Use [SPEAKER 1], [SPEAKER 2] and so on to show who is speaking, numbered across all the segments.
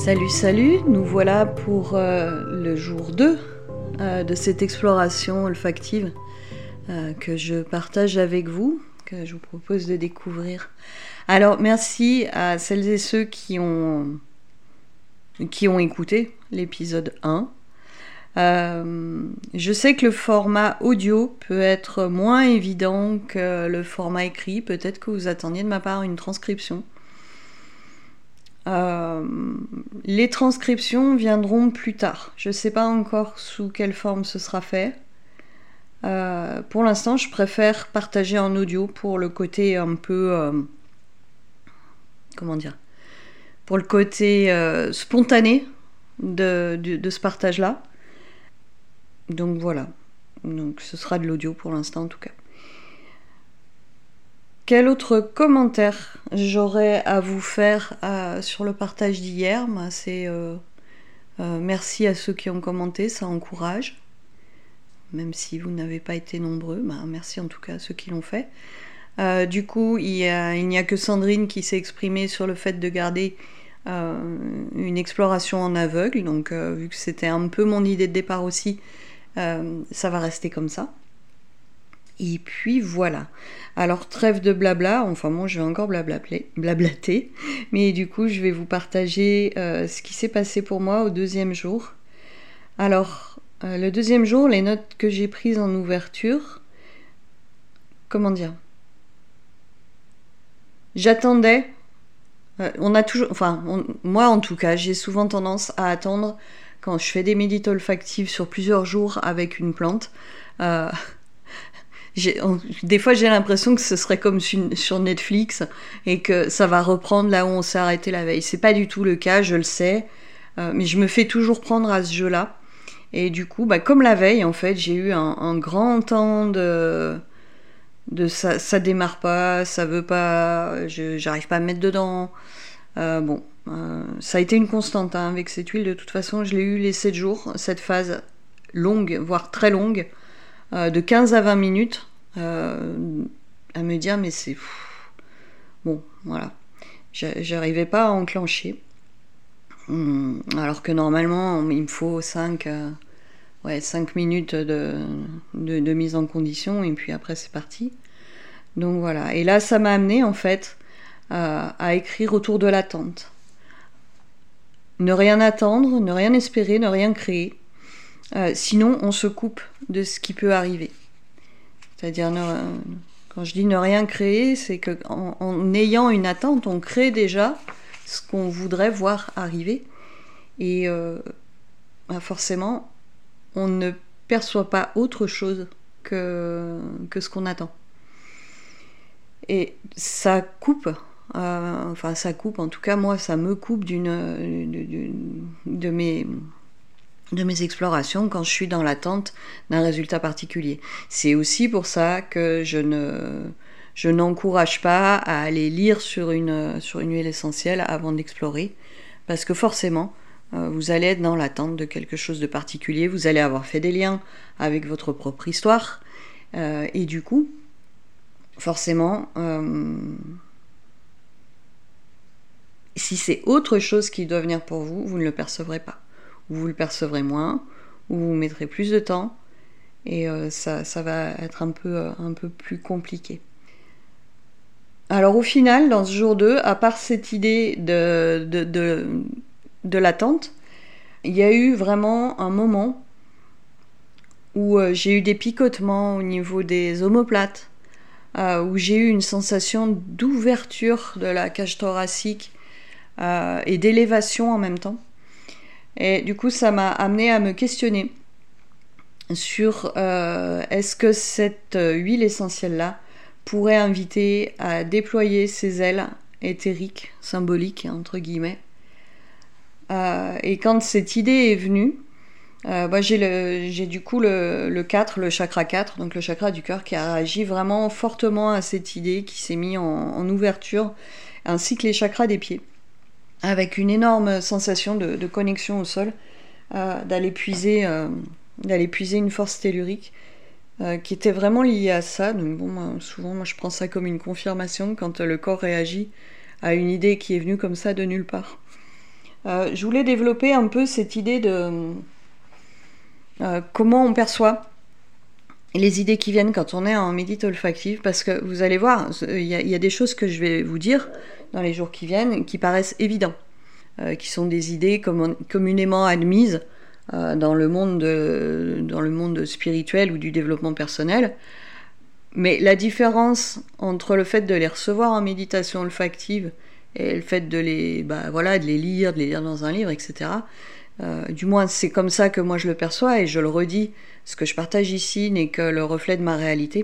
[SPEAKER 1] Salut, nous voilà pour le jour 2 de cette exploration olfactive que je partage avec vous, que je vous propose de découvrir. Alors merci à celles et ceux qui ont écouté l'épisode 1. Je sais que le format audio peut être moins évident que le format écrit, peut-être que vous attendiez de ma part une transcription. Les transcriptions viendront plus tard. Je ne sais pas encore sous quelle forme ce sera fait. Pour l'instant, je préfère partager en audio pour le côté un peu... pour le côté spontané de ce partage-là. Donc voilà. Donc ce sera de l'audio pour l'instant en tout cas. Quel autre commentaire j'aurais à vous faire sur le partage d'hier ? C'est merci à ceux qui ont commenté, ça encourage. Même si vous n'avez pas été nombreux, merci en tout cas à ceux qui l'ont fait. Du coup, il n'y a que Sandrine qui s'est exprimée sur le fait de garder une exploration en aveugle. Donc vu que c'était un peu mon idée de départ aussi, ça va rester comme ça. Et puis voilà. Alors trêve de blabla, je vais encore blablater, mais du coup je vais vous partager ce qui s'est passé pour moi au deuxième jour. Alors le deuxième jour, les notes que j'ai prises en ouverture, j'attendais. Moi en tout cas, j'ai souvent tendance à attendre quand je fais des médites olfactives sur plusieurs jours avec une plante. Des fois j'ai l'impression que ce serait comme sur Netflix et que ça va reprendre là où on s'est arrêté la veille. C'est pas du tout le cas, je le sais, mais je me fais toujours prendre à ce jeu-là. Et du coup, comme la veille, en fait, j'ai eu un grand temps de ça démarre pas, ça veut pas, j'arrive pas à me mettre dedans. Ça a été une constante avec cette huile. De toute façon, je l'ai eu les 7 jours, cette phase longue, voire très longue, de 15 à 20 minutes, à me dire mais c'est... Bon, voilà. J'arrivais pas à enclencher. Alors que normalement, il me faut 5 minutes de mise en condition, et puis après c'est parti. Donc voilà. Et là, ça m'a amené en fait à écrire autour de l'attente. Ne rien attendre, ne rien espérer, ne rien créer. Sinon, on se coupe de ce qui peut arriver. C'est-à-dire, quand je dis ne rien créer, c'est qu'en ayant une attente, on crée déjà ce qu'on voudrait voir arriver. Et forcément, on ne perçoit pas autre chose que ce qu'on attend. Et ça coupe. Ça coupe, en tout cas, moi, ça me coupe de mes explorations quand je suis dans l'attente d'un résultat particulier. C'est aussi pour ça que je n'encourage pas à aller lire sur une huile essentielle avant d'explorer, parce que forcément, vous allez être dans l'attente de quelque chose de particulier, vous allez avoir fait des liens avec votre propre histoire, et du coup, forcément, si c'est autre chose qui doit venir pour vous, vous ne le percevrez pas. Ou vous le percevrez moins, ou vous mettrez plus de temps, et ça va être un peu plus compliqué. Alors au final, dans ce jour 2, à part cette idée de l'attente, il y a eu vraiment un moment où j'ai eu des picotements au niveau des omoplates, où j'ai eu une sensation d'ouverture de la cage thoracique et d'élévation en même temps. Et du coup, ça m'a amené à me questionner sur est-ce que cette huile essentielle-là pourrait inviter à déployer ses ailes éthériques, symboliques, entre guillemets. Et quand cette idée est venue, j'ai du coup le 4, le chakra 4, donc le chakra du cœur, qui a réagi vraiment fortement à cette idée, qui s'est mis en ouverture, ainsi que les chakras des pieds, avec une énorme sensation de connexion au sol, d'aller puiser une force tellurique qui était vraiment liée à ça. Donc souvent moi je prends ça comme une confirmation quand le corps réagit à une idée qui est venue comme ça de nulle part. je voulais développer un peu cette idée de comment on perçoit les idées qui viennent quand on est en médite olfactive, parce que vous allez voir, il y a des choses que je vais vous dire dans les jours qui viennent qui paraissent évidentes, qui sont des idées communément admises dans le monde spirituel ou du développement personnel. Mais la différence entre le fait de les recevoir en méditation olfactive et le fait de les lire dans un livre, etc., du moins c'est comme ça que moi je le perçois, et je le redis, ce que je partage ici n'est que le reflet de ma réalité.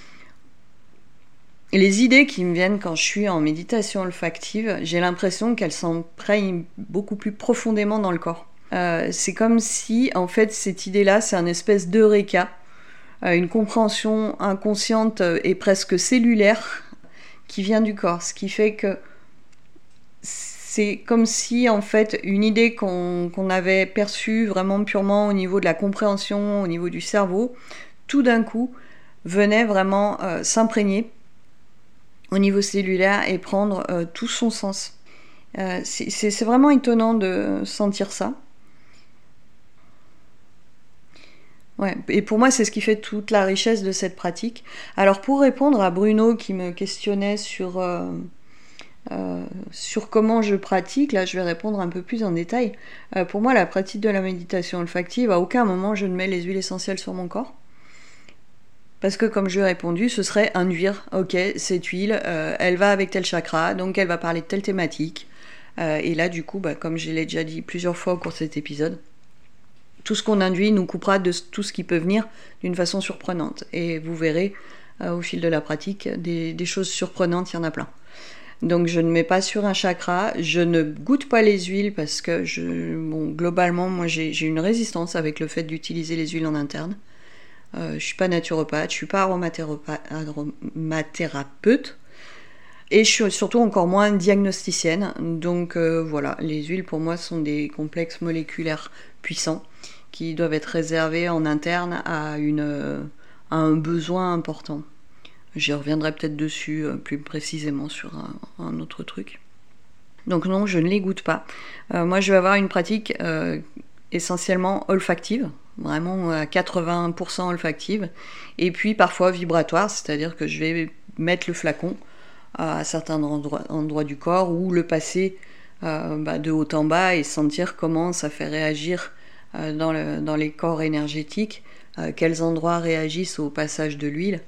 [SPEAKER 1] Et les idées qui me viennent quand je suis en méditation olfactive, j'ai l'impression qu'elles s'imprègnent beaucoup plus profondément dans le corps. C'est comme si, en fait, cette idée-là, c'est un espèce d'eureka, une compréhension inconsciente et presque cellulaire qui vient du corps, ce qui fait que c'est comme si, en fait, une idée qu'on avait perçue vraiment purement au niveau de la compréhension, au niveau du cerveau, tout d'un coup, venait vraiment s'imprégner au niveau cellulaire et prendre tout son sens. C'est vraiment étonnant de sentir ça. Ouais, et pour moi, c'est ce qui fait toute la richesse de cette pratique. Alors, pour répondre à Bruno qui me questionnait sur comment je pratique, là, je vais répondre un peu plus en détail. Pour moi, la pratique de la méditation olfactive, à aucun moment, je ne mets les huiles essentielles sur mon corps. Parce que, comme je lui ai répondu, ce serait induire, ok, cette huile, elle va avec tel chakra, donc elle va parler de telle thématique. Et là, du coup, comme je l'ai déjà dit plusieurs fois au cours de cet épisode, tout ce qu'on induit nous coupera de tout ce qui peut venir d'une façon surprenante. Et vous verrez, au fil de la pratique, des choses surprenantes, il y en a plein. Donc je ne mets pas sur un chakra, je ne goûte pas les huiles parce que, globalement, moi j'ai une résistance avec le fait d'utiliser les huiles en interne. Je suis pas naturopathe, je suis pas aromathérapeute, et je suis surtout encore moins diagnosticienne. Donc voilà, les huiles pour moi sont des complexes moléculaires puissants qui doivent être réservés en interne à un besoin important. J'y reviendrai peut-être dessus plus précisément sur un autre truc. Donc non, je ne les goûte pas. Moi, je vais avoir une pratique essentiellement olfactive, vraiment à 80% olfactive, et puis parfois vibratoire, c'est-à-dire que je vais mettre le flacon à certains endroits du corps ou le passer de haut en bas et sentir comment ça fait réagir dans les corps énergétiques, quels endroits réagissent au passage de l'huile,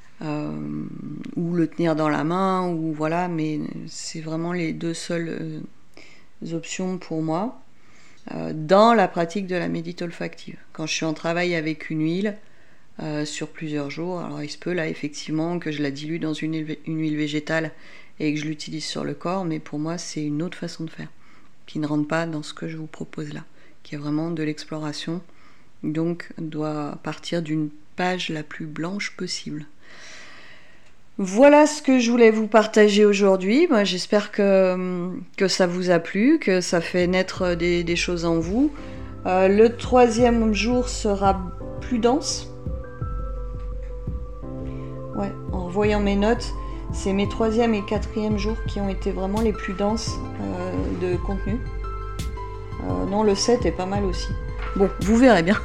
[SPEAKER 1] ou le tenir dans la main, ou voilà, mais c'est vraiment les deux seules options pour moi dans la pratique de la médite olfactive. Quand je suis en travail avec une huile sur plusieurs jours, alors il se peut là effectivement que je la dilue dans une huile végétale et que je l'utilise sur le corps, mais pour moi c'est une autre façon de faire qui ne rentre pas dans ce que je vous propose là, qui est vraiment de l'exploration, donc doit partir d'une page la plus blanche possible. Voilà ce que je voulais vous partager aujourd'hui. Moi, j'espère que ça vous a plu, que ça fait naître des choses en vous. Le 3e jour sera plus dense. Ouais, en revoyant mes notes, c'est mes 3e et 4e jours qui ont été vraiment les plus denses de contenu. Non, le 7 est pas mal aussi. Bon, vous verrez bien.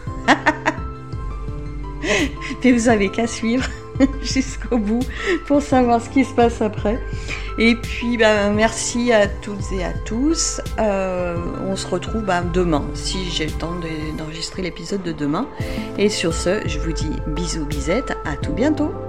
[SPEAKER 1] Mais vous avez qu'à suivre jusqu'au bout pour savoir ce qui se passe après. Et puis merci à toutes et à tous. On se retrouve demain, si j'ai le temps d'enregistrer l'épisode de demain. Et sur ce, je vous dis bisous bisettes, à tout bientôt.